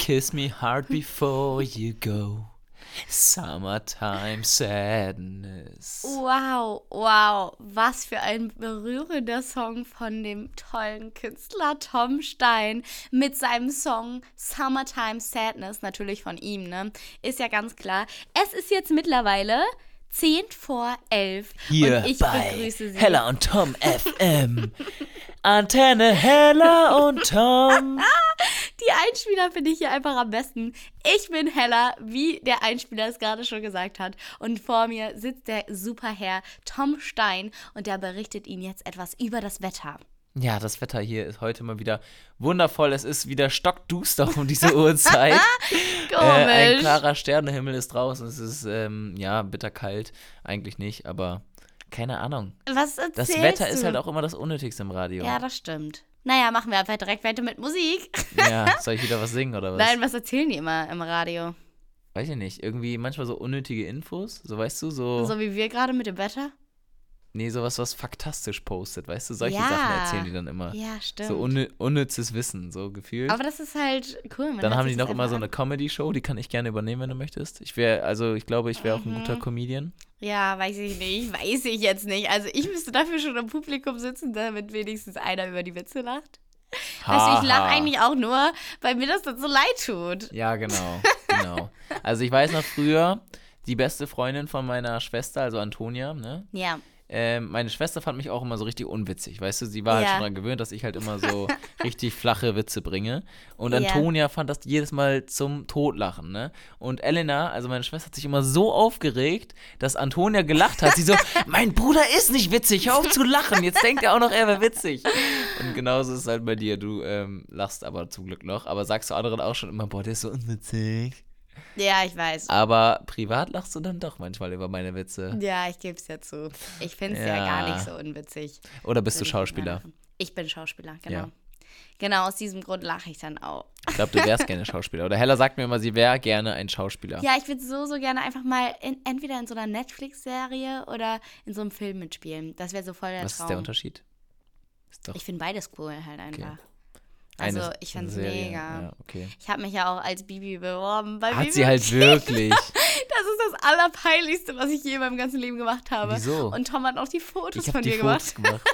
Kiss me hard before you go. Summertime Sadness. Wow, was für ein berührender Song von dem tollen Künstler Tom Stein mit seinem Song Summertime Sadness, natürlich von ihm, ne? Ist ja ganz klar. Es ist jetzt mittlerweile 10:11 Hier und ich bei begrüße Sie. Hella und Tom FM. Antenne Hella und Tom. Die Einspieler finde ich hier einfach am besten. Ich bin Hella, wie der Einspieler es gerade schon gesagt hat. Und vor mir sitzt der Superherr Tom Stein und der berichtet Ihnen jetzt etwas über das Wetter. Ja, das Wetter hier ist heute mal wieder wundervoll. Es ist wieder stockduster um diese Uhrzeit. Ein Komisch. klarer Sternenhimmel ist draußen. Es ist, bitterkalt. Eigentlich nicht, aber keine Ahnung. Was erzählst Das Wetter du? ist halt auch immer das Unnötigste im Radio. Ja, das stimmt. Naja, machen wir einfach direkt weiter mit Musik. Ja, soll ich wieder was singen oder was? Nein, was erzählen die immer im Radio? Weiß ich nicht. Irgendwie manchmal so unnötige Infos. So, weißt du, so. So wie wir gerade mit dem Wetter? Nee, sowas, was faktastisch postet. Weißt du, solche Ja. Sachen erzählen die dann immer. Ja, stimmt. So unnützes Wissen, so gefühlt. Aber das ist halt cool. man Dann hört haben sich die das noch immer einfach so eine an. Comedy-Show, die kann ich gerne übernehmen, wenn du möchtest. Ich glaube, ich wäre auch ein guter Comedian. Ja, weiß ich nicht. Weiß ich jetzt nicht. Also ich müsste dafür schon im Publikum sitzen, damit wenigstens einer über die Witze lacht. Weißt du, ich lache eigentlich auch nur, weil mir das dann so leid tut. Ja, genau. Also ich weiß noch früher, die beste Freundin von meiner Schwester, also Antonia, ne? Ja. Meine Schwester fand mich auch immer so richtig unwitzig, weißt du, sie war halt Ja. schon daran gewöhnt, dass ich halt immer so richtig flache Witze bringe und Ja. Antonia fand das jedes Mal zum Totlachen, ne, und Elena, also meine Schwester, hat sich immer so aufgeregt, dass Antonia gelacht hat, sie so, mein Bruder ist nicht witzig, hör auf zu lachen, jetzt denkt er auch noch, er wäre witzig, und genauso ist es halt bei dir, du lachst aber zum Glück noch, aber sagst du anderen auch schon immer, boah, der ist so unwitzig. Ja, ich weiß. Aber privat lachst du dann doch manchmal über meine Witze. Ja, ich gebe es ja zu. Ich finde es ja. Ja. gar nicht so unwitzig. Oder bist du Würde ich nicht mehr Schauspieler? machen. Ich bin Schauspieler, genau. Ja. Genau, aus diesem Grund lache ich dann auch. Ich glaube, du wärst gerne Schauspieler. Oder Hella sagt mir immer, sie wäre gerne ein Schauspieler. Ja, ich würde so gerne einfach mal entweder in so einer Netflix-Serie oder in so einem Film mitspielen. Das wäre so voll der Was Traum. ist der Unterschied? Ist doch Ich finde beides cool halt einfach. Okay. Also eine ich fand's Serie. mega. Ja, okay. Ich habe mich ja auch als Bibi beworben. Bei Hat Bibi sie halt wirklich. Das ist das Allerpeinlichste, was ich je in meinem ganzen Leben gemacht habe. Wieso? Und Tom hat auch die Fotos Ich habe von die dir Fotos gemacht. gemacht.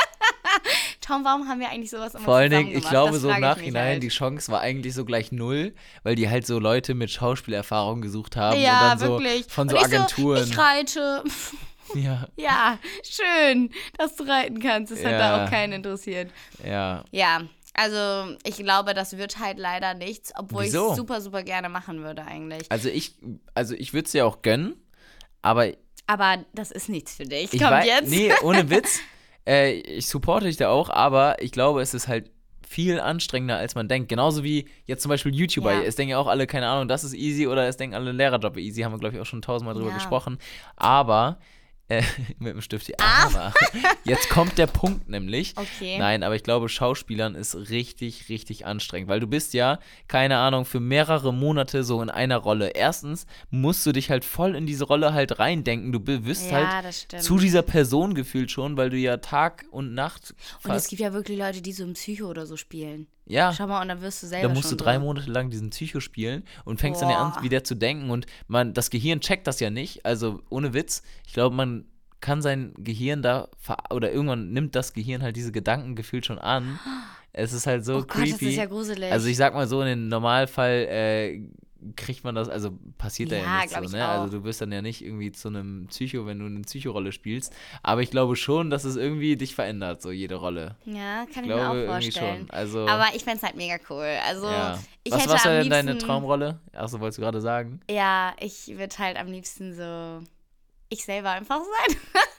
Tom, warum haben wir eigentlich sowas immer Vor allen zusammen Dingen, ich gemacht? glaube, Das so im frage ich mich Nachhinein, halt. die Chance war eigentlich so gleich 0, weil die halt so Leute mit Schauspielerfahrung gesucht haben. Ja, und dann wirklich. so von Und so ich Agenturen. ich reite. Ja, Ja, schön, dass du reiten kannst. Das hat da Ja. auch keinen interessiert. ja. Ja, also ich glaube, das wird halt leider nichts, obwohl ich Wieso? es super, super gerne machen würde eigentlich. Also ich würde es dir auch gönnen, aber Aber das ist nichts für dich. ich Kommt weiß, jetzt. nee, ohne Witz, ich supporte dich da auch, aber ich glaube, es ist halt viel anstrengender, als man denkt. Genauso wie jetzt zum Beispiel YouTuber. Ja. Es denken ja auch alle, keine Ahnung, das ist easy oder es denken alle Lehrerjob easy. Haben wir, glaube ich, auch schon 1000-mal drüber Ja. gesprochen. Aber, mit dem Stift hier, aber, jetzt kommt der Punkt nämlich. Okay. Nein, aber ich glaube, Schauspielern ist richtig, richtig anstrengend, weil du bist ja, keine Ahnung, für mehrere Monate so in einer Rolle. Erstens musst du dich halt voll in diese Rolle halt reindenken. Du wirst Ja, halt das stimmt. zu dieser Person gefühlt schon, weil du ja Tag und Nacht Und es fast, gibt ja wirklich Leute, die so im Psycho oder so spielen. ja, Schau mal, und dann wirst du selber da musst du schon 3 so. Monate lang diesen Psycho spielen und fängst dann ja an, Boah. wieder zu denken und das Gehirn checkt das ja nicht, also ohne Witz, ich glaube, man kann sein Gehirn oder irgendwann nimmt das Gehirn halt diese Gedanken gefühlt schon an. Es ist halt so Oh Gott, creepy. das ist ja gruselig. Also ich sag mal so, in dem Normalfall kriegt man das, also passiert da Ja, ja nichts glaub so, ich ne? auch. Also du wirst dann ja nicht irgendwie zu einem Psycho, wenn du eine Psychorolle spielst. Aber ich glaube schon, dass es irgendwie dich verändert, so jede Rolle. Ja, kann Ich ich mir auch glaube irgendwie vorstellen. schon. Also, Aber ich fände es halt mega cool. Also ja. ich Was hätte war am denn liebsten, deine Traumrolle? Achso, wolltest du gerade sagen? Ja, ich würde halt am liebsten so ich selber einfach sein.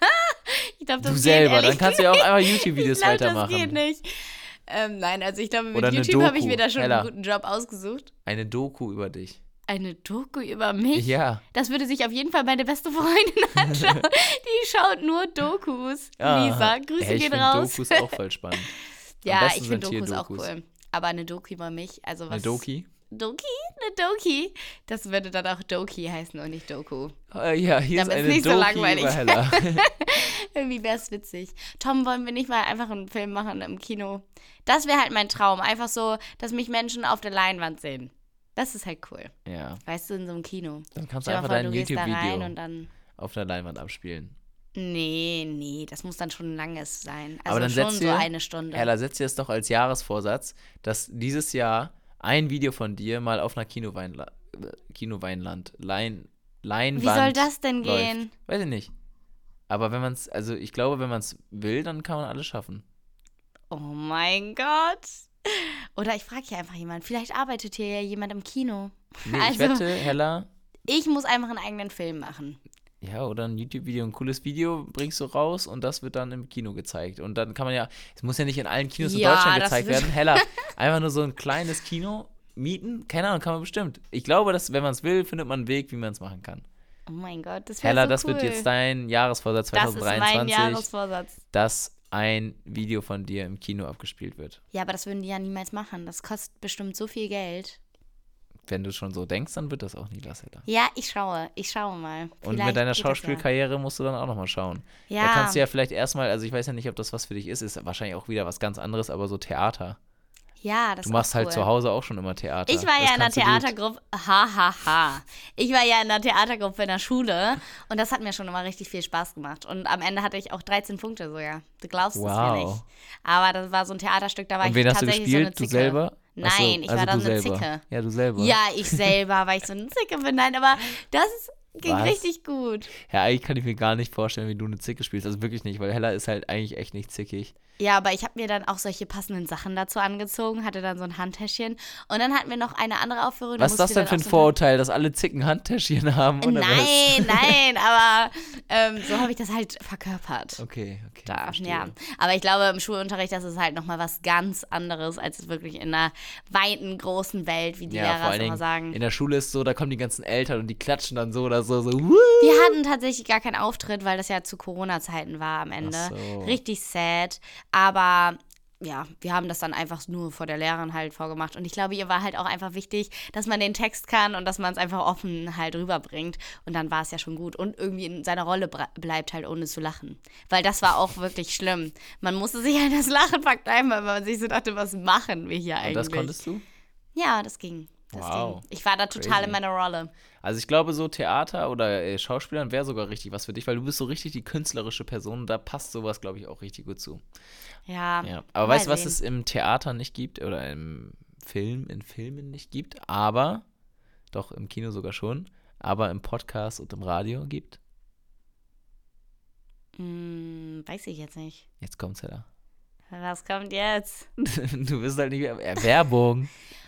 Ich glaube, das Du geht selber, ehrlich dann kannst du ja auch nicht. einfach YouTube-Videos Ich glaub, weitermachen. Das geht nicht. Nein, also ich glaube, mit Oder eine YouTube habe ich Doku. mir da schon Hella. einen guten Job ausgesucht. Eine Doku über dich. Eine Doku über mich? Ja. Das würde sich auf jeden Fall meine beste Freundin anschauen. Die schaut nur Dokus. Ja. Lisa, Grüße Hey, ich gehen finde raus. Dokus auch voll spannend. Am Ja, besten ich finde sind Dokus auch Tierdokus. cool. Aber eine Doku über mich, also was... Eine Doki? Doki? Eine Doki? Das würde dann auch Doki heißen und nicht Doku. Ja, hier ist Damit ist eine nicht so Doki langweilig. über Hella. Irgendwie wäre es witzig. Tom, wollen wir nicht mal einfach einen Film machen im Kino? Das wäre halt mein Traum. Einfach so, dass mich Menschen auf der Leinwand sehen. Das ist halt cool. Ja. Weißt du, in so einem Kino. Dann kannst du Stell dir einfach vor, dein du gehst da rein YouTube-Video und dann... auf der Leinwand abspielen. Nee, das muss dann schon ein langes sein. Also Aber dann schon setz so dir, eine Stunde. Hella, setz dir das doch als Jahresvorsatz, dass dieses Jahr ein Video von dir mal auf einer Leinwand Wie soll das denn läuft. gehen? Weiß ich nicht. Aber ich glaube, wenn man es will, dann kann man alles schaffen. Oh mein Gott. Oder ich frage hier einfach jemanden. Vielleicht arbeitet hier ja jemand im Kino. Nee, ich Also, wette, Hella, ich muss einfach einen eigenen Film machen. ja, oder ein YouTube-Video, ein cooles Video bringst du raus und das wird dann im Kino gezeigt. Und dann kann man ja, es muss ja nicht in allen Kinos in Ja, Deutschland das gezeigt wird- werden. Hella, einfach nur so ein kleines Kino mieten, keine Ahnung, kann man bestimmt. Ich glaube, dass, wenn man es will, findet man einen Weg, wie man es machen kann. Oh mein Gott, das wäre Hella, so das cool. wird jetzt dein Jahresvorsatz Das ist mein 2023, Jahresvorsatz. dass ein Video von dir im Kino abgespielt wird. Ja, aber das würden die ja niemals machen. Das kostet bestimmt so viel Geld. Wenn du schon so denkst, dann wird das auch nie, Hella. Ja, ich schaue mal. Und Vielleicht mit deiner geht das ja. Schauspielkarriere musst du dann auch nochmal schauen. Ja. Da kannst du ja vielleicht erstmal, also ich weiß ja nicht, ob das was für dich ist wahrscheinlich auch wieder was ganz anderes, aber so Theater. Ja, das Du ist machst auch halt cool. zu Hause auch schon immer Theater. Ich war Das ja in der kannst du gut. Theatergruppe, Ich war ja in der Theatergruppe in der Schule und das hat mir schon immer richtig viel Spaß gemacht. Und am Ende hatte ich auch 13 Punkte sogar. Du glaubst es mir Wow. nicht. Aber das war so ein Theaterstück, da war Und ich wen hast du tatsächlich gespielt? so eine Du Zicke. selber? Nein, Achso, ich also war dann du eine selber. Zicke. Ja, du selber. Ja, ich selber, weil ich so eine Zicke bin. Nein, aber das ging Was? richtig gut. Ja, eigentlich kann ich mir gar nicht vorstellen, wie du eine Zicke spielst. Also wirklich nicht, weil Hella ist halt eigentlich echt nicht zickig. Ja, aber ich habe mir dann auch solche passenden Sachen dazu angezogen, hatte dann so ein Handtäschchen. Und dann hatten wir noch eine andere Aufführung. da Was ist das musste denn für ein dann auch so Vorurteil, dass alle Zicken Handtäschchen haben? Oder was? Nein, aber so habe ich das halt verkörpert. Okay, Da, verstehe. ja. Aber ich glaube, im Schulunterricht, das ist halt nochmal was ganz anderes, als wirklich in einer weiten, großen Welt, wie die Ja, vor Lehrer allen es immer Dingen sagen. in der Schule ist so, da kommen die ganzen Eltern und die klatschen dann so oder so. Wir hatten tatsächlich gar keinen Auftritt, weil das ja zu Corona-Zeiten war am Ende. Ach so. Richtig sad. Aber ja, wir haben das dann einfach nur vor der Lehrerin halt vorgemacht. Und ich glaube, ihr war halt auch einfach wichtig, dass man den Text kann und dass man es einfach offen halt rüberbringt. Und dann war es ja schon gut. Und irgendwie in seiner Rolle bleibt halt, ohne zu lachen. Weil das war auch wirklich schlimm. Man musste sich halt das Lachen verkneifen, weil man sich so dachte, was machen wir hier eigentlich? Und das konntest du? Ja, das ging. Wow. Ich war da total Crazy. in meiner Rolle. Also ich glaube, so Theater oder Schauspielern wäre sogar richtig was für dich, weil du bist so richtig die künstlerische Person und da passt sowas, glaube ich, auch richtig gut zu. Ja. Ja. Aber mal weißt du, was sehen. es im Theater nicht gibt oder in Filmen nicht gibt, aber, doch im Kino sogar schon, aber im Podcast und im Radio gibt? Weiß ich jetzt nicht. Jetzt kommt's ja Was kommt jetzt? Du bist halt nicht mehr, Werbung.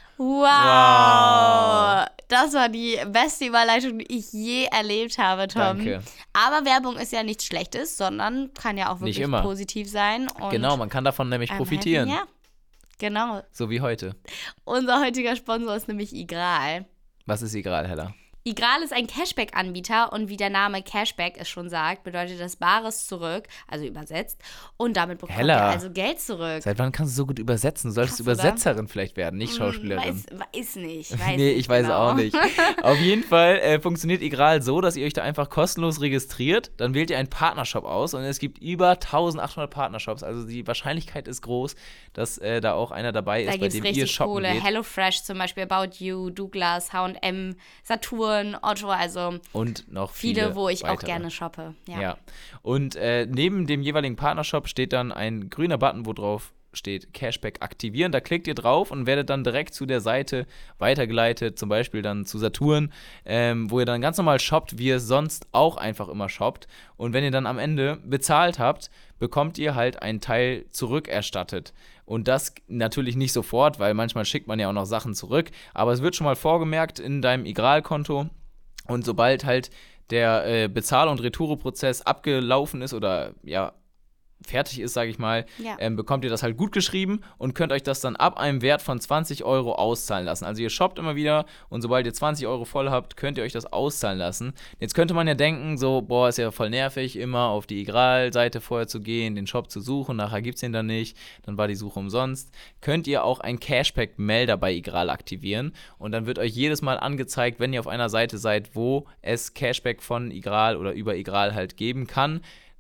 Wow. Das war die beste Überleitung, die ich je erlebt habe, Tom. Danke. Aber Werbung ist ja nichts Schlechtes, sondern kann ja auch Nicht wirklich immer. positiv sein. Und Genau, man kann davon nämlich I'm profitieren. happy, ja, genau. So wie heute. Unser heutiger Sponsor ist nämlich Igral. Was ist egal, Hella? Igral ist ein Cashback-Anbieter und wie der Name Cashback es schon sagt, bedeutet das Bares zurück, also übersetzt. Und damit bekommt ihr Hella. also Geld zurück. Seit wann kannst du so gut übersetzen? Du solltest Krass, oder? Übersetzerin vielleicht werden, nicht Schauspielerin. Weiß nicht. Nee, ich weiß genau. auch nicht. Auf jeden Fall funktioniert Igral so, dass ihr euch da einfach kostenlos registriert. Dann wählt ihr einen Partnershop aus und es gibt über 1800 Partnershops. Also die Wahrscheinlichkeit ist groß, dass da auch einer dabei Da ist, bei gibt es dem ihr richtig shoppen Kohle. geht. HelloFresh zum Beispiel, About You, Douglas, H&M, Saturn, Otto, also Und noch viele, wo ich auch weitere. gerne shoppe. Ja. Und neben dem jeweiligen Partnershop steht dann ein grüner Button, wo drauf steht Cashback aktivieren. Da klickt ihr drauf und werdet dann direkt zu der Seite weitergeleitet, zum Beispiel dann zu Saturn, wo ihr dann ganz normal shoppt, wie ihr sonst auch einfach immer shoppt. Und wenn ihr dann am Ende bezahlt habt, bekommt ihr halt einen Teil zurückerstattet. Und das natürlich nicht sofort, weil manchmal schickt man ja auch noch Sachen zurück. Aber es wird schon mal vorgemerkt in deinem Igral-Konto. Und sobald halt der Bezahl- und Retoureprozess abgelaufen ist oder ja fertig ist, sage ich mal, Ja. bekommt ihr das halt gut geschrieben und könnt euch das dann ab einem Wert von 20 Euro auszahlen lassen. Also ihr shoppt immer wieder und sobald ihr 20 Euro voll habt, könnt ihr euch das auszahlen lassen. Jetzt könnte man ja denken, so, boah, ist ja voll nervig, immer auf die Igral-Seite vorher zu gehen, den Shop zu suchen, nachher gibt es den dann nicht, dann war die Suche umsonst. Könnt ihr auch einen Cashback-Melder bei Igral aktivieren und dann wird euch jedes Mal angezeigt, wenn ihr auf einer Seite seid, wo es Cashback von Igral oder über Igral halt geben kann,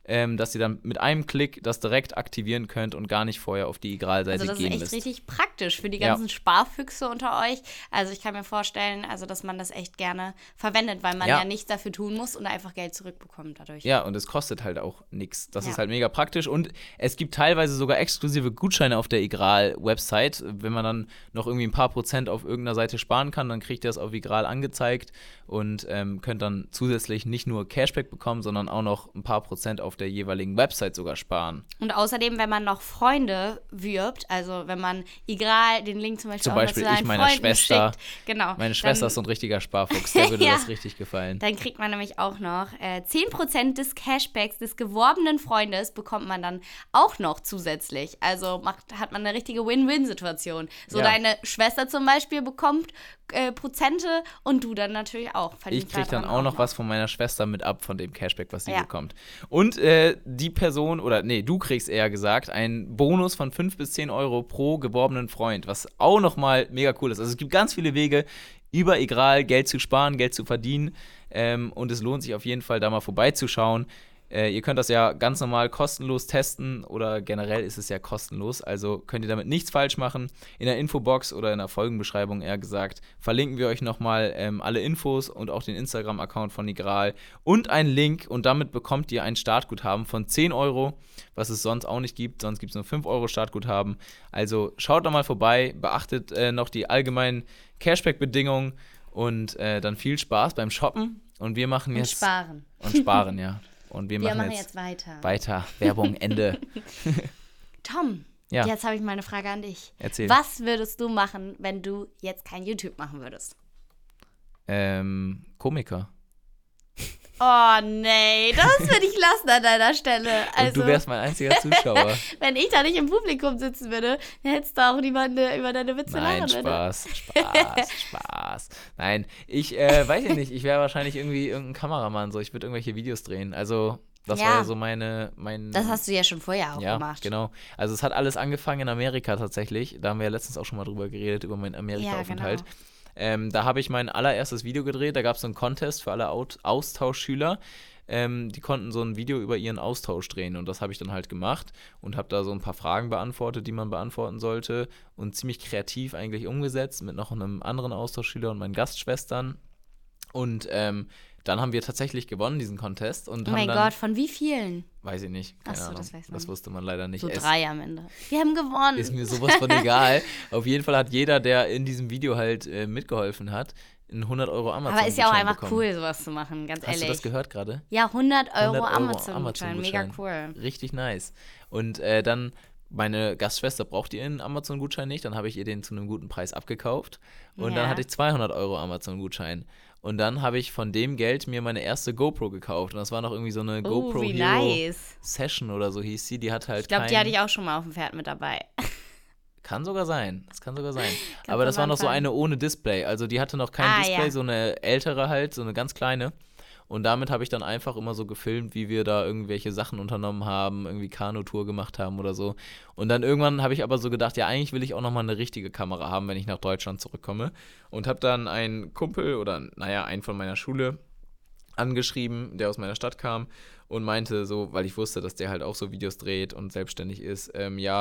dass ihr dann mit einem Klick das direkt aktivieren könnt und gar nicht vorher auf die Igral-Seite Also das gehen ist müsst. echt richtig praktisch für die ganzen Sparfüchse unter euch. Also ich kann mir vorstellen, also dass man das echt gerne verwendet, weil man ja nichts dafür tun muss und einfach Geld zurückbekommt dadurch. Ja, und es kostet halt auch nichts. Das Ja. ist halt mega praktisch. Und es gibt teilweise sogar exklusive Gutscheine auf der Igral-Website. Wenn man dann noch irgendwie ein paar Prozent auf irgendeiner Seite sparen kann, dann kriegt ihr das auf Igral angezeigt und könnt dann zusätzlich nicht nur Cashback bekommen, sondern auch noch ein paar Prozent auf der jeweiligen Website sogar sparen. Und außerdem, wenn man noch Freunde wirbt, also wenn man Igral den Link zum Beispiel auch noch zu seinen meiner Freunden Schwester. schickt, genau, Meine Schwester ist so ein richtiger Sparfuchs, der würde das richtig gefallen. Dann kriegt man nämlich auch noch 10% des Cashbacks des geworbenen Freundes bekommt man dann auch noch zusätzlich. Also hat man eine richtige Win-Win-Situation. So deine Schwester zum Beispiel bekommt Prozente und du dann natürlich auch. Ich kriege dann auch noch was von meiner Schwester mit ab, von dem Cashback, was sie bekommt. Und die Person, du kriegst eher gesagt, einen Bonus von 5 bis 10 Euro pro geworbenen Freund, was auch nochmal mega cool ist. Also es gibt ganz viele Wege, über Igral Geld zu sparen, Geld zu verdienen und es lohnt sich auf jeden Fall, da mal vorbeizuschauen. Ihr könnt das ja ganz normal kostenlos testen oder generell ist es ja kostenlos, also könnt ihr damit nichts falsch machen. In der Infobox oder in der Folgenbeschreibung eher gesagt, verlinken wir euch nochmal alle Infos und auch den Instagram-Account von Igral und einen Link und damit bekommt ihr ein Startguthaben von 10 Euro, was es sonst auch nicht gibt, sonst gibt es nur 5 Euro Startguthaben. Also schaut da mal vorbei, beachtet noch die allgemeinen Cashback-Bedingungen und dann viel Spaß beim Shoppen und wir machen jetzt... Sparen. Und sparen, ja. Und wir machen jetzt weiter. Werbung, Ende. Tom, jetzt habe ich mal eine Frage an dich. Erzähl. Was würdest du machen, wenn du jetzt kein YouTube machen würdest? Komiker. Oh, nee, das würde ich lassen an deiner Stelle. Also, und du wärst mein einziger Zuschauer. Wenn ich da nicht im Publikum sitzen würde, dann hättest du auch niemand über deine Witze lachen. Spaß. Nein, ich weiß ja nicht, ich wäre wahrscheinlich irgendwie irgendein Kameramann, so ich würde irgendwelche Videos drehen. Also das war ja so mein... Das hast du ja schon vorher auch gemacht. Ja, genau. Also es hat alles angefangen in Amerika tatsächlich. Da haben wir ja letztens auch schon mal drüber geredet, über meinen Amerika-Aufenthalt. Ja, genau. Da habe ich mein allererstes Video gedreht. Da gab es so einen Contest für alle Austauschschüler. Die konnten so ein Video über ihren Austausch drehen und das habe ich dann halt gemacht und habe da so ein paar Fragen beantwortet, die man beantworten sollte und ziemlich kreativ eigentlich umgesetzt mit noch einem anderen Austauschschüler und meinen Gastschwestern und dann haben wir tatsächlich gewonnen, diesen Contest. Und oh mein Gott, von wie vielen? Weiß ich nicht, keine Ahnung. Das wusste man leider nicht. So 3 am Ende. Wir haben gewonnen. Ist mir sowas von egal. Auf jeden Fall hat jeder, der in diesem Video halt mitgeholfen hat, einen 100 Euro Amazon-Gutschein Aber ist ja auch einfach bekommen. Cool, sowas zu machen, ganz ehrlich. Hast du das gehört gerade? Ja, 100 Euro Amazon-Gutschein, mega cool. Richtig nice. Und dann... Meine Gastschwester braucht ihren Amazon-Gutschein nicht, dann habe ich ihr den zu einem guten Preis abgekauft und dann hatte ich 200 Euro Amazon-Gutschein. Und dann habe ich von dem Geld mir meine erste GoPro gekauft und das war noch irgendwie so eine GoPro Hero Session oder so hieß sie, die hat halt Ich glaube, die hatte ich auch schon mal auf dem Pferd mit dabei. Kann sogar sein, aber das war noch so eine ohne Display, also die hatte noch kein Display, so eine ältere halt, so eine ganz kleine. Und damit habe ich dann einfach immer so gefilmt, wie wir da irgendwelche Sachen unternommen haben, irgendwie Kanutour gemacht haben oder so. Und dann irgendwann habe ich aber so gedacht, ja, eigentlich will ich auch nochmal eine richtige Kamera haben, wenn ich nach Deutschland zurückkomme. Und habe dann einen Kumpel oder, einen von meiner Schule angeschrieben, der aus meiner Stadt kam und meinte so, weil ich wusste, dass der halt auch so Videos dreht und selbstständig ist,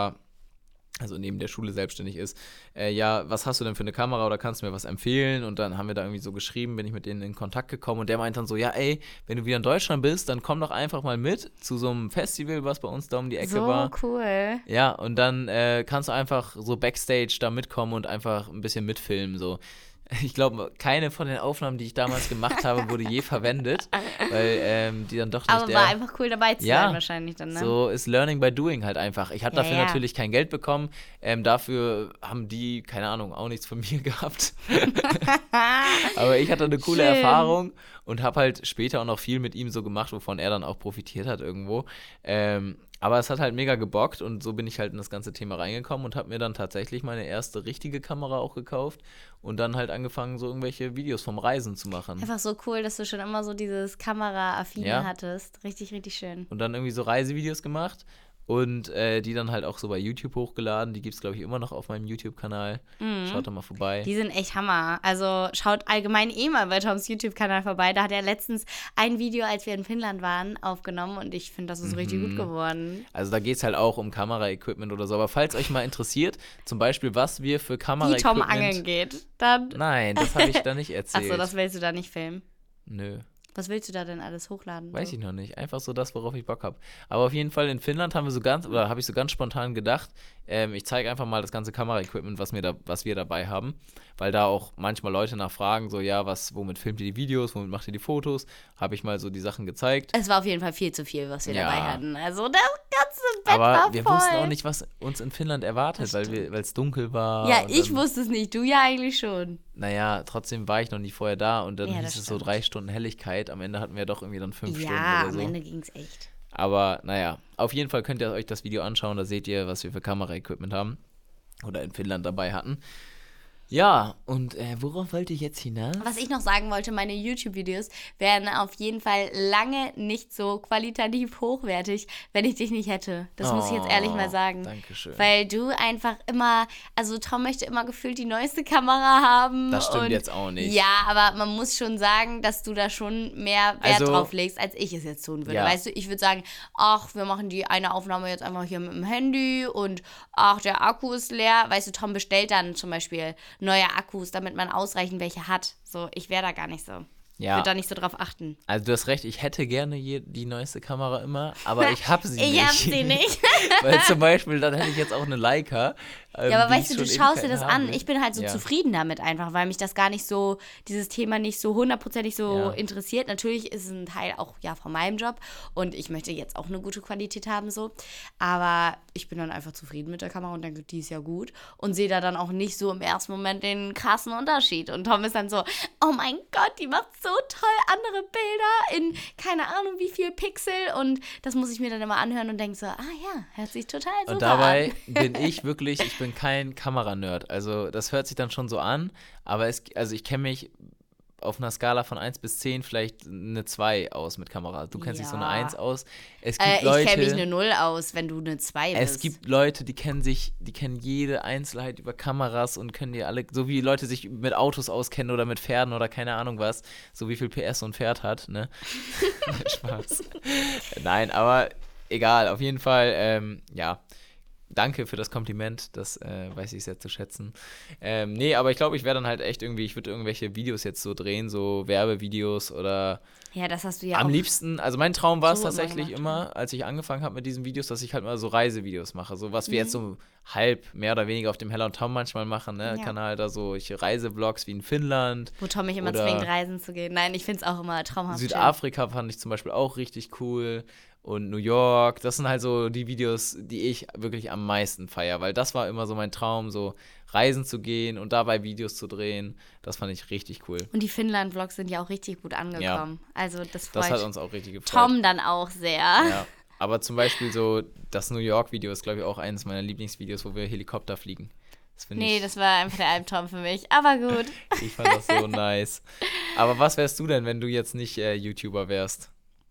also neben der Schule selbstständig ist, was hast du denn für eine Kamera oder kannst du mir was empfehlen? Und dann haben wir da irgendwie so geschrieben, bin ich mit denen in Kontakt gekommen und der meint dann so, ja ey, wenn du wieder in Deutschland bist, dann komm doch einfach mal mit zu so einem Festival, was bei uns da um die Ecke war. So cool. Ja, und dann kannst du einfach so Backstage da mitkommen und einfach ein bisschen mitfilmen, so. Ich glaube, keine von den Aufnahmen, die ich damals gemacht habe, wurde je verwendet, weil die dann doch nicht... Aber war einfach cool dabei zu sein wahrscheinlich dann, ne? So ist Learning by Doing halt einfach. Ich habe dafür natürlich kein Geld bekommen, dafür haben die, keine Ahnung, auch nichts von mir gehabt. Aber ich hatte eine coole Erfahrung und habe halt später auch noch viel mit ihm so gemacht, wovon er dann auch profitiert hat irgendwo. Aber es hat halt mega gebockt und so bin ich halt in das ganze Thema reingekommen und habe mir dann tatsächlich meine erste richtige Kamera auch gekauft und dann halt angefangen, so irgendwelche Videos vom Reisen zu machen. Einfach so cool, dass du schon immer so dieses Kamera-Affine hattest. Richtig, richtig schön. Und dann irgendwie so Reisevideos gemacht und die dann halt auch so bei YouTube hochgeladen. Die gibt es, glaube ich, immer noch auf meinem YouTube-Kanal. Schaut da mal vorbei. Die sind echt Hammer. Also schaut allgemein mal bei Toms YouTube-Kanal vorbei. Da hat er letztens ein Video, als wir in Finnland waren, aufgenommen und ich finde, das ist richtig gut geworden. Also da geht es halt auch um Kameraequipment oder so. Aber falls euch mal interessiert, zum Beispiel, was wir für Kameraequipment... Wie Tom angeln geht, dann... Nein, das habe ich da nicht erzählt. Achso, das willst du da nicht filmen? Nö. Was willst du da denn alles hochladen? Weiß ich noch nicht. Einfach so das, worauf ich Bock habe. Aber auf jeden Fall in Finnland habe ich so ganz spontan gedacht, ich zeige einfach mal das ganze Kameraequipment, was wir dabei haben. Weil da auch manchmal Leute nachfragen, so ja, womit filmt ihr die Videos, womit macht ihr die Fotos? Habe ich mal so die Sachen gezeigt. Es war auf jeden Fall viel zu viel, was wir dabei hatten. Also das ganze Bett aber war voll. wir wussten auch nicht, was uns in Finnland erwartet, weil es dunkel war. Ja, ich wusste es nicht, du ja eigentlich schon. Naja, trotzdem war ich noch nie vorher da und dann das hieß es so 3 Stunden Helligkeit. Am Ende hatten wir doch irgendwie dann 5 Stunden Ja, oder so. am Ende ging es echt. Aber naja, auf jeden Fall könnt ihr euch das Video anschauen, da seht ihr, was wir für Kameraequipment haben oder in Finnland dabei hatten. Ja, und worauf wollte ich jetzt hinaus? Was ich noch sagen wollte, meine YouTube-Videos werden auf jeden Fall lange nicht so qualitativ hochwertig, wenn ich dich nicht hätte. Das muss ich jetzt ehrlich mal sagen. Dankeschön. Weil du einfach immer, also Tom möchte immer gefühlt die neueste Kamera haben. Das stimmt jetzt auch nicht. Ja, aber man muss schon sagen, dass du da schon mehr Wert drauf legst, als ich es jetzt tun würde. Ja. Weißt du, ich würde sagen, ach, wir machen die eine Aufnahme jetzt einfach hier mit dem Handy und ach, der Akku ist leer. Weißt du, Tom bestellt dann zum Beispiel neue Akkus, damit man ausreichend welche hat. So, ich wäre da gar nicht so. Ich würde da nicht so drauf achten. Also du hast recht, ich hätte gerne die neueste Kamera immer, aber ich habe sie nicht. Ich habe sie nicht. Weil zum Beispiel, dann hätte ich jetzt auch eine Leica. Ja, aber weißt du, du schaust dir das an. Habe. Ich bin halt so zufrieden damit einfach, weil mich das gar nicht so, dieses Thema nicht so hundertprozentig so interessiert. Natürlich ist es ein Teil auch von meinem Job und ich möchte jetzt auch eine gute Qualität haben so. Aber ich bin dann einfach zufrieden mit der Kamera und denke, die ist ja gut und sehe da dann auch nicht so im ersten Moment den krassen Unterschied. Und Tom ist dann so, oh mein Gott, die macht so toll andere Bilder in keine Ahnung wie viel Pixel und das muss ich mir dann immer anhören und denke so, ah ja, hört sich total super an. Und dabei bin ich bin kein Kameranerd. Also das hört sich dann schon so an, aber ich kenne mich auf einer Skala von 1 bis 10 vielleicht eine 2 aus mit Kamera. Du kennst dich so eine 1 aus. Es gibt Leute, ich kenne mich eine 0 aus, wenn du eine 2 bist. Es gibt Leute, die kennen jede Einzelheit über Kameras und können dir alle, so wie Leute sich mit Autos auskennen oder mit Pferden oder keine Ahnung was, so wie viel PS so ein Pferd hat, ne? Spaß. Nein, aber egal, auf jeden Fall, danke für das Kompliment, das weiß ich sehr zu schätzen. Nee, aber ich glaube, ich wäre dann halt echt ich würde irgendwelche Videos jetzt so drehen, so Werbevideos oder... Ja, das hast du ja am auch liebsten, also mein Traum war es so tatsächlich immer, als ich angefangen habe mit diesen Videos, dass ich halt mal so Reisevideos mache, so was wir jetzt so halb, mehr oder weniger auf dem Hella und Tom manchmal machen, ne, Kanal da so Reisevlogs wie in Finnland. Wo Tom mich immer zwingt, reisen zu gehen. Nein, ich finde es auch immer traumhaft. Südafrika fand ich zum Beispiel auch richtig cool. Und New York, das sind halt so die Videos, die ich wirklich am meisten feiere, weil das war immer so mein Traum, so reisen zu gehen und dabei Videos zu drehen. Das fand ich richtig cool. Und die Finnland-Vlogs sind ja auch richtig gut angekommen. Ja. Also das hat uns auch richtig gefreut. Tom dann auch sehr. Ja. Aber zum Beispiel so das New York-Video ist, glaube ich, auch eines meiner Lieblingsvideos, wo wir Helikopter fliegen. Das war einfach der Albtraum für mich, aber gut. Ich fand das so nice. Aber was wärst du denn, wenn du jetzt nicht YouTuber wärst?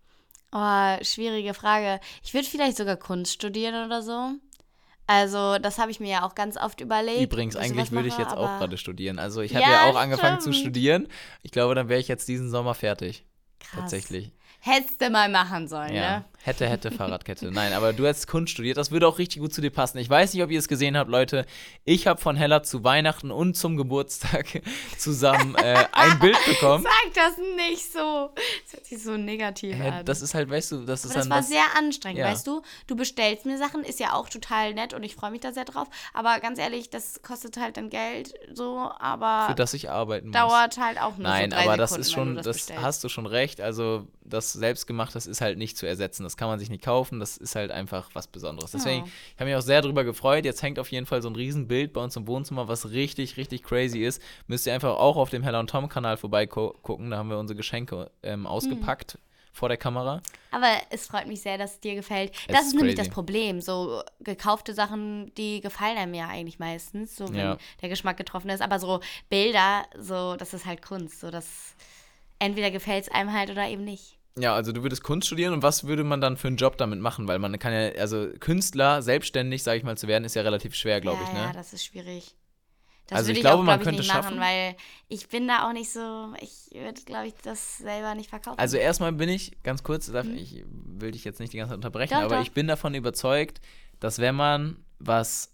Oh, schwierige Frage. Ich würde vielleicht sogar Kunst studieren oder so. Also, das habe ich mir ja auch ganz oft überlegt. Übrigens, eigentlich würde ich jetzt auch gerade studieren. Also, ich habe ja auch angefangen zu studieren. Ich glaube, dann wäre ich jetzt diesen Sommer fertig. Krass. Tatsächlich. Hättest du mal machen sollen, ne? Hätte, Fahrradkette. Nein, aber du hast Kunst studiert, das würde auch richtig gut zu dir passen. Ich weiß nicht, ob ihr es gesehen habt, Leute. Ich habe von Hella zu Weihnachten und zum Geburtstag zusammen ein Bild bekommen. Sag das nicht so. Das hört sich so negativ an. Das ist halt, weißt du, das ist aber dann das war sehr anstrengend, weißt du? Du bestellst mir Sachen, ist ja auch total nett und ich freue mich da sehr drauf. Aber ganz ehrlich, das kostet halt dann Geld, so, aber für das ich arbeiten muss. Dauert halt auch nur Nein, so 3 aber Sekunden, das ist schon, das hast du schon recht. Also das Selbstgemachte, das ist halt nicht zu ersetzen. Das kann man sich nicht kaufen. Das ist halt einfach was Besonderes. Deswegen, ich habe mich auch sehr darüber gefreut. Jetzt hängt auf jeden Fall so ein Riesenbild bei uns im Wohnzimmer, was richtig, richtig crazy ist. Müsst ihr einfach auch auf dem Hella und Tom Kanal vorbeigucken. Da haben wir unsere Geschenke ausgepackt vor der Kamera. Aber es freut mich sehr, dass es dir gefällt. Das ist nämlich das Problem. So gekaufte Sachen, die gefallen einem ja eigentlich meistens, so wenn der Geschmack getroffen ist. Aber so Bilder, so das ist halt Kunst. So das entweder gefällt es einem halt oder eben nicht. Ja, also du würdest Kunst studieren und was würde man dann für einen Job damit machen? Weil man kann ja, also Künstler selbstständig, sage ich mal, zu werden, ist ja relativ schwer, glaube ich, ne? Ja, das ist schwierig. Das Also würde ich ich auch, glaube, man glaube ich, könnte nicht es machen, schaffen. weil ich bin da auch nicht so, ich würde, glaube ich, das selber nicht Also verkaufen. erstmal bin ich, ganz kurz, Hm? ich will dich jetzt nicht die ganze Zeit unterbrechen, Doch, aber doch. ich bin davon überzeugt, dass wenn man was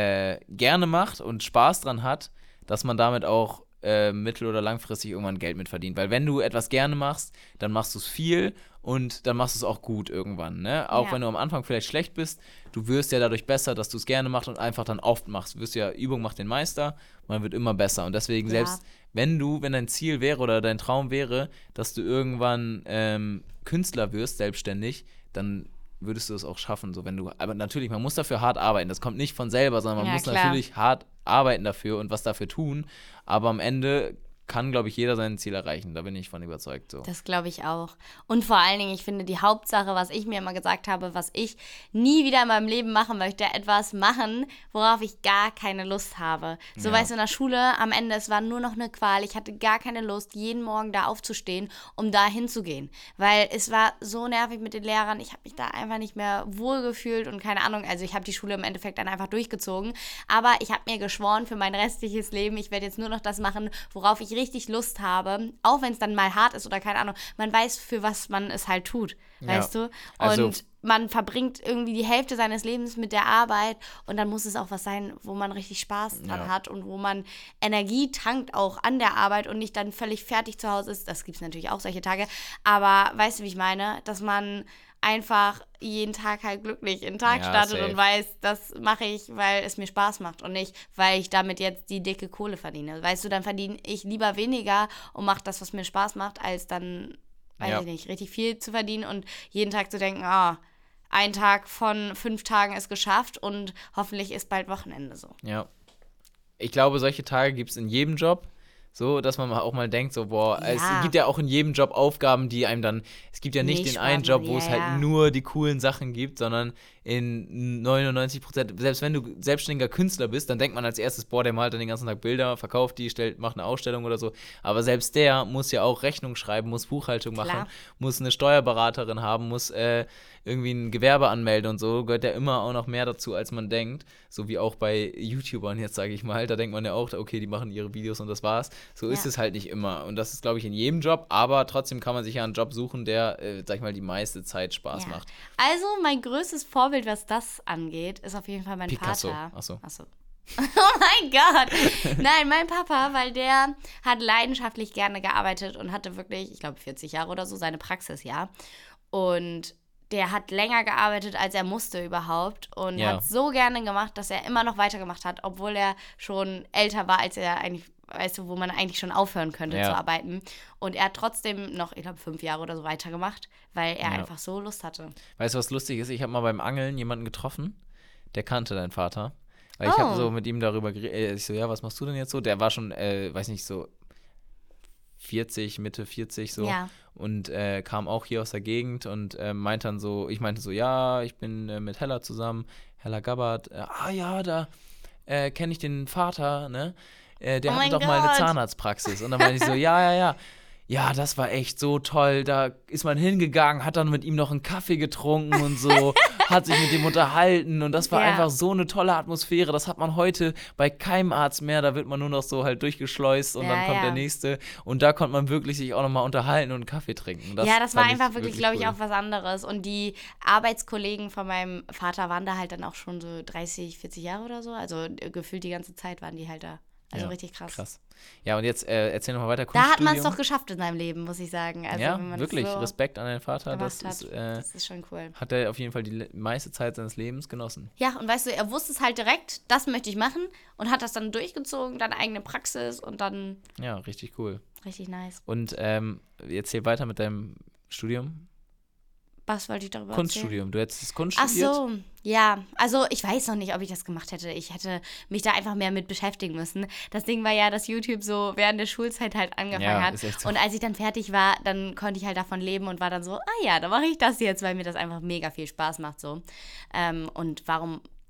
gerne macht und Spaß dran hat, dass man damit auch mittel- oder langfristig irgendwann Geld mit verdient. Weil wenn du etwas gerne machst, dann machst du es viel und dann machst du es auch gut irgendwann. Ne? Auch Ja, wenn du am Anfang vielleicht schlecht bist, du wirst ja dadurch besser, dass du es gerne machst und einfach dann oft machst. Du wirst ja, Übung macht den Meister, man wird immer besser. Und deswegen ja, selbst, wenn dein Ziel wäre oder dein Traum wäre, dass du irgendwann Künstler wirst, selbstständig, dann würdest du es auch schaffen. So, wenn du, aber natürlich, man muss dafür hart arbeiten. Das kommt nicht von selber, sondern man ja, muss klar. natürlich hart arbeiten dafür und was dafür tun. Aber am Ende kann, glaube ich, jeder sein Ziel erreichen. Da bin ich von überzeugt. So. Das glaube ich auch. Und vor allen Dingen, ich finde, die Hauptsache, was ich mir immer gesagt habe, was ich nie wieder in meinem Leben machen möchte, etwas machen, worauf ich gar keine Lust habe. So, Ja. weißt du, in der Schule am Ende, es war nur noch eine Qual. Ich hatte gar keine Lust, jeden Morgen da aufzustehen, um da hinzugehen. Weil es war so nervig mit den Lehrern. Ich habe mich da einfach nicht mehr wohl gefühlt und keine Ahnung. Also ich habe die Schule im Endeffekt dann einfach durchgezogen. Aber ich habe mir geschworen für mein restliches Leben, ich werde jetzt nur noch das machen, worauf ich richtig Lust habe. Auch wenn es dann mal hart ist oder keine Ahnung. Man weiß, für was man es halt tut. Ja. Weißt du? Also, Und man verbringt irgendwie die Hälfte seines Lebens mit der Arbeit und dann muss es auch was sein, wo man richtig Spaß dran Ja. hat und wo man Energie tankt auch an der Arbeit und nicht dann völlig fertig zu Hause ist. Das gibt es natürlich auch solche Tage. Aber weißt du, wie ich meine? Dass man einfach jeden Tag halt glücklich in den Tag Ja, startet safe. und weiß, das mache ich, weil es mir Spaß macht und nicht, weil ich damit jetzt die dicke Kohle verdiene. Weißt du, dann verdiene ich lieber weniger und mache das, was mir Spaß macht, als dann, weiß Ja. ich nicht, richtig viel zu verdienen und jeden Tag zu denken, ah, ein Tag von 5 Tagen ist geschafft und hoffentlich ist bald Wochenende so. Ja. Ich glaube, solche Tage gibt es in jedem Job. So, dass man auch mal denkt, so, boah, es Ja. gibt ja auch in jedem Job Aufgaben, die einem dann, es gibt ja nicht Nicht den einen Spaß Job, machen, wo es ja, halt ja. nur die coolen Sachen gibt, sondern in 99%, selbst wenn du selbstständiger Künstler bist, dann denkt man als erstes, boah, der malt dann den ganzen Tag Bilder, verkauft die, macht eine Ausstellung oder so. Aber selbst der muss ja auch Rechnung schreiben, muss Buchhaltung Klar. machen, muss eine Steuerberaterin haben, muss irgendwie ein Gewerbe anmelden und so, gehört ja immer auch noch mehr dazu, als man denkt. So wie auch bei YouTubern jetzt, sage ich mal. Da denkt man ja auch, okay, die machen ihre Videos und das war's. So ist Ja. es halt nicht immer. Und das ist, glaube ich, in jedem Job, aber trotzdem kann man sich ja einen Job suchen, der, sag ich mal, die meiste Zeit Spaß Ja. macht. Also mein größtes Vorbild, was das angeht, ist auf jeden Fall mein Picasso. Vater. Achso. Oh mein Gott. Nein, mein Papa, weil der hat leidenschaftlich gerne gearbeitet und hatte wirklich, ich glaube 40 Jahre oder so, seine Praxis, ja. Und der hat länger gearbeitet, als er musste überhaupt und Ja. hat so gerne gemacht, dass er immer noch weitergemacht hat, obwohl er schon älter war, als er eigentlich, weißt du, wo man eigentlich schon aufhören könnte Ja. zu arbeiten. Und er hat trotzdem noch, ich glaube, 5 Jahre oder so weitergemacht, weil er Ja. einfach so Lust hatte. Weißt du, was lustig ist? Ich habe mal beim Angeln jemanden getroffen, der kannte deinen Vater. Weil ich Oh. habe so mit ihm darüber geredet. Ich so, ja, was machst du denn jetzt so? Der war schon, weiß nicht, so 40, Mitte 40 so. Ja. Und kam auch hier aus der Gegend und meinte dann so, ich meinte so, ja, ich bin mit Hella zusammen, Hella Gabbard. Ja, da kenne ich den Vater, ne? Der Oh hatte mein doch mal eine Gott. Zahnarztpraxis. Und dann meinte ich so, ja. Ja, das war echt so toll. Da ist man hingegangen, hat dann mit ihm noch einen Kaffee getrunken und so, hat sich mit ihm unterhalten und das war Ja. einfach so eine tolle Atmosphäre. Das hat man heute bei keinem Arzt mehr. Da wird man nur noch so halt durchgeschleust und Ja, dann kommt ja. der nächste. Und da konnte man wirklich sich auch nochmal unterhalten und einen Kaffee trinken. Ja, das war fand ich einfach wirklich, glaube ich, cool. auch was anderes. Und die Arbeitskollegen von meinem Vater waren da halt dann auch schon so 30, 40 Jahre oder so. Also gefühlt die ganze Zeit waren die halt da. Also Ja, richtig krass. Krass. Ja, und jetzt erzähl nochmal weiter. Da hat man es Kunststudium. doch geschafft in seinem Leben, muss ich sagen. Also, Ja, wenn man wirklich. das so Respekt an deinen Vater. gemacht Das ist, das ist schon cool. hat er auf jeden Fall die meiste Zeit seines Lebens genossen. Ja, und weißt du, er wusste es halt direkt, das möchte ich machen und hat das dann durchgezogen, dann eigene Praxis und dann Ja, richtig cool. richtig nice. Und erzähl weiter mit deinem Studium. Was wollte ich darüber erzählen? Kunststudium. Du hättest das Kunst Ach studiert? so, ja. Also ich weiß noch nicht, ob ich das gemacht hätte. Ich hätte mich da einfach mehr mit beschäftigen müssen. Das Ding war ja, dass YouTube so während der Schulzeit halt angefangen Ja, hat. ist echt so. Und als ich dann fertig war, dann konnte ich halt davon leben und war dann so, ah ja, dann mache ich das jetzt, weil mir das einfach mega viel Spaß macht so. Und warum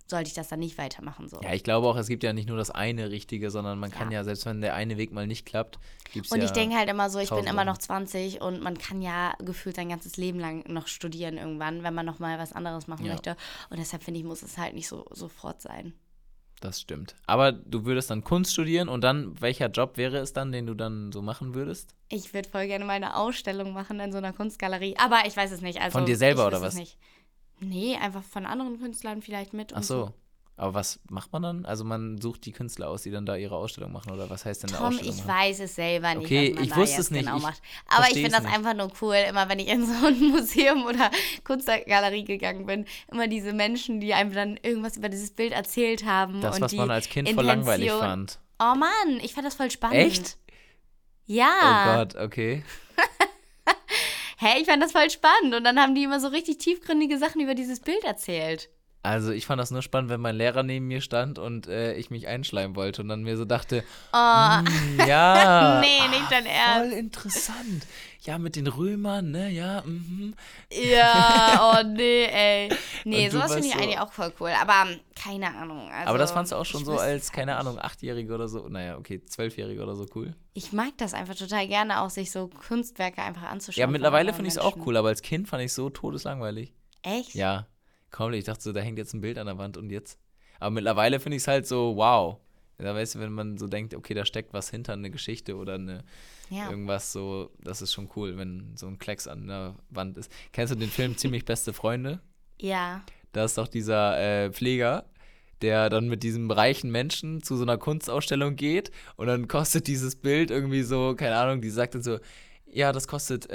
sollte ich das dann nicht weitermachen. So. Ja, ich glaube auch, es gibt ja nicht nur das eine Richtige, sondern man kann Ja. ja, selbst wenn der eine Weg mal nicht klappt, gibt es Und ja ich denke halt immer so, ich bin 1000 immer noch Sachen. 20 und man kann ja gefühlt sein ganzes Leben lang noch studieren irgendwann, wenn man noch mal was anderes machen Ja. möchte. Und deshalb finde ich, muss es halt nicht so sofort sein. Das stimmt. Aber du würdest dann Kunst studieren und dann, welcher Job wäre es dann, den du dann so machen würdest? Ich würde voll gerne mal eine Ausstellung machen in so einer Kunstgalerie, aber ich weiß es nicht. Also, Von dir selber ich oder weiß es was? nicht. Nee, einfach von anderen Künstlern vielleicht mit. Ach und so. Aber was macht man dann? Also man sucht die Künstler aus, die dann da ihre Ausstellung machen oder was heißt denn eine Tom, Ausstellung ich machen? weiß es selber nicht, Okay, was man ich da wusste jetzt es nicht. genau Ich macht. Aber ich versteh's finde das nicht. einfach nur cool, immer wenn ich in so ein Museum oder Kunstgalerie gegangen bin, immer diese Menschen, die einem dann irgendwas über dieses Bild erzählt haben. Das, und was die man als Kind voll langweilig Intention. fand. Oh Mann, ich fand das voll spannend. Echt? Ja. Oh Gott, okay. Hä, ich fand das voll spannend. Und dann haben die immer so richtig tiefgründige Sachen über dieses Bild erzählt. Also ich fand das nur spannend, wenn mein Lehrer neben mir stand und ich mich einschleimen wollte und dann mir so dachte, Oh, ja, nee, nicht dein voll Ernst. interessant. Ja, mit den Römern, ne, ja, Ja, oh nee, ey. Nee, Und du sowas finde ich warst so- eigentlich auch voll cool. Aber keine Ahnung. Also, Aber das fandst du auch schon ich so wüsste als, es halt keine nicht. Ahnung, 8-Jährige oder so, naja, okay, 12-Jährige oder so cool. Ich mag das einfach total gerne, auch sich so Kunstwerke einfach anzuschauen. Ja, von mittlerweile anderen finde ich es auch Menschen. cool, aber als Kind fand ich es so todeslangweilig. Echt? Ja, komm, ich dachte so, da hängt jetzt ein Bild an der Wand und jetzt. Aber mittlerweile finde ich es halt so, wow. Da weißt du, wenn man so denkt, okay, da steckt was hinter, eine Geschichte oder Ja. irgendwas so, das ist schon cool, wenn so ein Klecks an der Wand ist. Kennst du den Film Ziemlich beste Freunde? Ja. Da ist doch dieser Pfleger, der dann mit diesem reichen Menschen zu so einer Kunstausstellung geht und dann kostet dieses Bild irgendwie so, keine Ahnung, die sagt dann so, ja, das kostet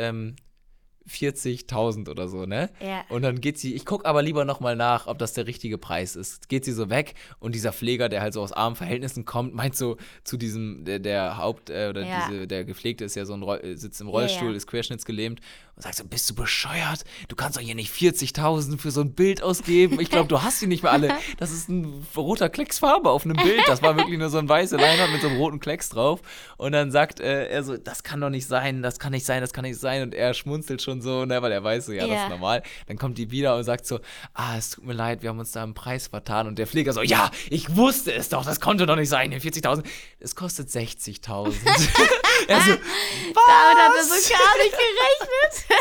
40.000 oder so, ne? Ja. Und dann geht sie, ich gucke aber lieber nochmal nach, ob das der richtige Preis ist. Geht sie so weg und dieser Pfleger, der halt so aus armen Verhältnissen kommt, meint so zu diesem, der oder Ja. der Gepflegte ist ja so sitzt im Rollstuhl, ja. ist querschnittsgelähmt und sagt so, bist du bescheuert? Du kannst doch hier nicht 40.000 für so ein Bild ausgeben. Ich glaube, du hast die nicht mehr alle. Das ist ein roter Klecksfarbe auf einem Bild. Das war wirklich nur so ein weiße Leinwand mit so einem roten Klecks drauf. Und dann sagt er so, das kann doch nicht sein, das kann nicht sein, das kann nicht sein. Und er schmunzelt schon so, ne, weil er weiß so, ja, das Ja. ist normal. Dann kommt die wieder und sagt so, es tut mir leid, wir haben uns da im Preis vertan. Und der Pfleger so, ja, ich wusste es doch, das konnte doch nicht sein, 40.000. Es kostet 60.000. Also, Damit hat er so gar nicht gerechnet.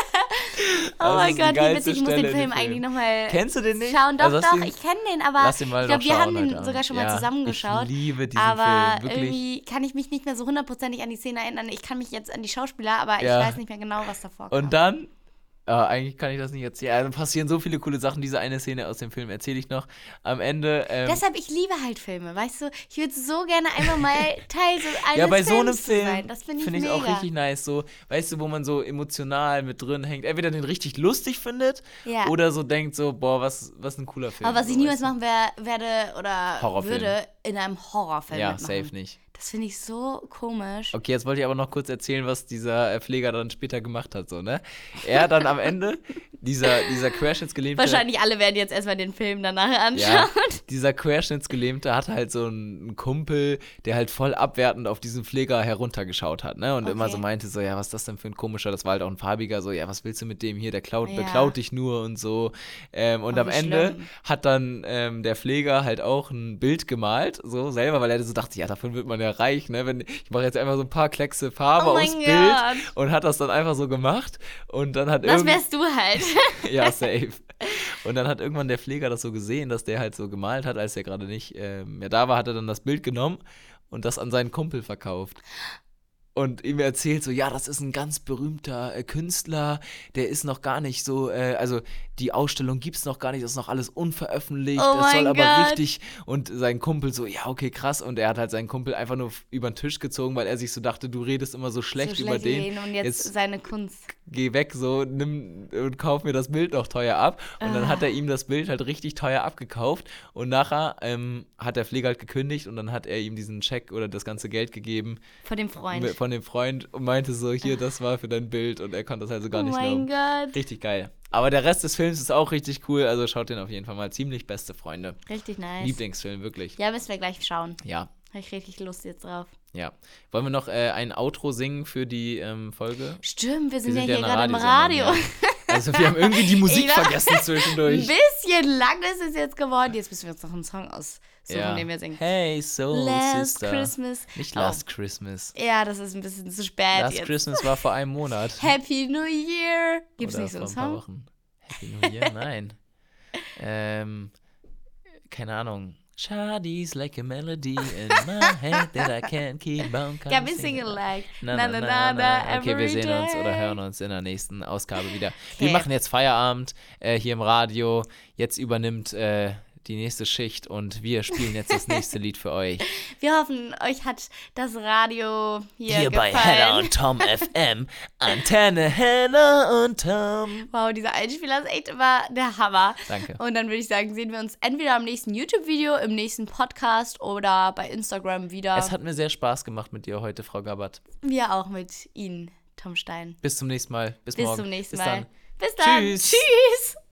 Oh Das mein ist die Gott, wie geilste witzig. Ich muss Stelle den in dem Film Film. eigentlich nochmal Kennst du den nicht? schauen. Doch, Also hast du doch, ihn- ich kenne den, aber Lass den mal ich glaube, doch wir schauen haben den heute Abend. sogar schon mal Ja, zusammengeschaut. Ich liebe diesen aber Film, wirklich. irgendwie kann ich mich nicht mehr so hundertprozentig an die Szene erinnern. Ich kann mich jetzt an die Schauspieler, aber Ja. ich weiß nicht mehr genau, was davor kam. Und dann, eigentlich kann ich das nicht erzählen. Also passieren so viele coole Sachen. Diese eine Szene aus dem Film erzähle ich noch. Am Ende. Deshalb, ich liebe halt Filme, weißt du? Ich würde so gerne einfach mal Teil so eines Ja, bei so einem Films zu Film sein. Das finde ich finde ich mega. auch richtig nice. So, weißt du, wo man so emotional mit drin hängt. Entweder den richtig lustig findet Ja. oder so denkt so, boah, was ein cooler Film. Aber was so, ich niemals weißt du? machen werde oder Horrorfilm. würde, in einem Horrorfilm Ja, mitmachen. safe nicht. Das finde ich so komisch. Okay, jetzt wollte ich aber noch kurz erzählen, was dieser Pfleger dann später gemacht hat, so, ne? Er dann am Ende, dieser querschnittsgelähmte. Wahrscheinlich alle werden jetzt erstmal den Film danach anschauen. Ja, dieser Querschnittsgelähmte hat halt so einen Kumpel, der halt voll abwertend auf diesen Pfleger heruntergeschaut hat, ne? Und immer Okay. so meinte so, ja, was ist das denn für ein komischer, das war halt auch ein farbiger, so, ja, was willst du mit dem hier, der Ja. beklaut dich nur und so. Und Oh, am wie Ende schlimm. hat dann der Pfleger halt auch ein Bild gemalt, so selber, weil er so dachte, ja, davon wird man ja reich, ne? Ich mache jetzt einfach so ein paar Kleckse Farbe Oh mein aufs Gott. Bild und hat das dann einfach so gemacht und dann hat Das wärst du halt. ja, safe. Und dann hat irgendwann der Pfleger das so gesehen, dass der halt so gemalt hat, als er gerade nicht mehr da war, hat er dann das Bild genommen und das an seinen Kumpel verkauft. Und ihm erzählt so, ja, das ist ein ganz berühmter Künstler, der ist noch gar nicht so, also die Ausstellung gibt's noch gar nicht, das ist noch alles unveröffentlicht, Oh das soll mein aber Gott. richtig, und sein Kumpel so, ja, okay, krass, und er hat halt seinen Kumpel einfach nur über den Tisch gezogen, weil er sich so dachte, du redest immer so schlecht so über schlecht den, reden und jetzt seine Kunst. geh weg, so, nimm und kauf mir das Bild noch teuer ab. Und dann hat er ihm das Bild halt richtig teuer abgekauft. Und nachher hat der Pfleger halt gekündigt und dann hat er ihm diesen Scheck oder das ganze Geld gegeben Von dem Freund. von dem Freund und meinte so, hier, das war für dein Bild. Und er konnte das also gar Oh nicht mein glauben. Gott. Richtig geil. Aber der Rest des Films ist auch richtig cool, also schaut den auf jeden Fall mal. Ziemlich beste Freunde. Richtig nice. Lieblingsfilm, wirklich. Ja, müssen wir gleich schauen. Ja, Habe ich richtig Lust jetzt drauf. ja. Wollen wir noch ein Outro singen für die Folge? Stimmt, wir sind sind ja ja hier eine gerade im Radio. Radiosendung, Also wir haben irgendwie die Musik Ja. vergessen Ein zwischendurch. bisschen lang ist es jetzt geworden. Jetzt müssen wir uns noch einen Song aussuchen, den wir singen. Hey, Soul Last Sister. Christmas. Nicht Oh. Last Christmas. Ja, das ist ein bisschen zu spät Last jetzt. Christmas war vor einem Monat. Happy New Year. Gibt es Oder nicht so einen vor ein paar Song? Wochen. Happy New Year? Nein. Keine Ahnung. Shawty's like a melody in my head that I can't keep on Got me singing like Na, na, na, na. Okay, wir sehen uns oder hören uns in der nächsten Ausgabe wieder. Wir Okay. machen jetzt Feierabend hier im Radio. Jetzt übernimmt die nächste Schicht und wir spielen jetzt das nächste Lied für euch. Wir hoffen, euch hat das Radio Hier gefallen. bei Hannah und Tom FM. Antenne Hannah und Tom. Wow, dieser Einspieler ist echt immer der Hammer. Danke. Und dann würde ich sagen, sehen wir uns entweder im nächsten YouTube-Video, im nächsten Podcast oder bei Instagram wieder. Es hat mir sehr Spaß gemacht mit dir heute, Frau Gabbard. Wir auch mit Ihnen, Tom Stein. Bis zum nächsten Mal. Bis Bis morgen. zum nächsten Bis Mal. dann. Bis dann. Tschüss. Tschüss.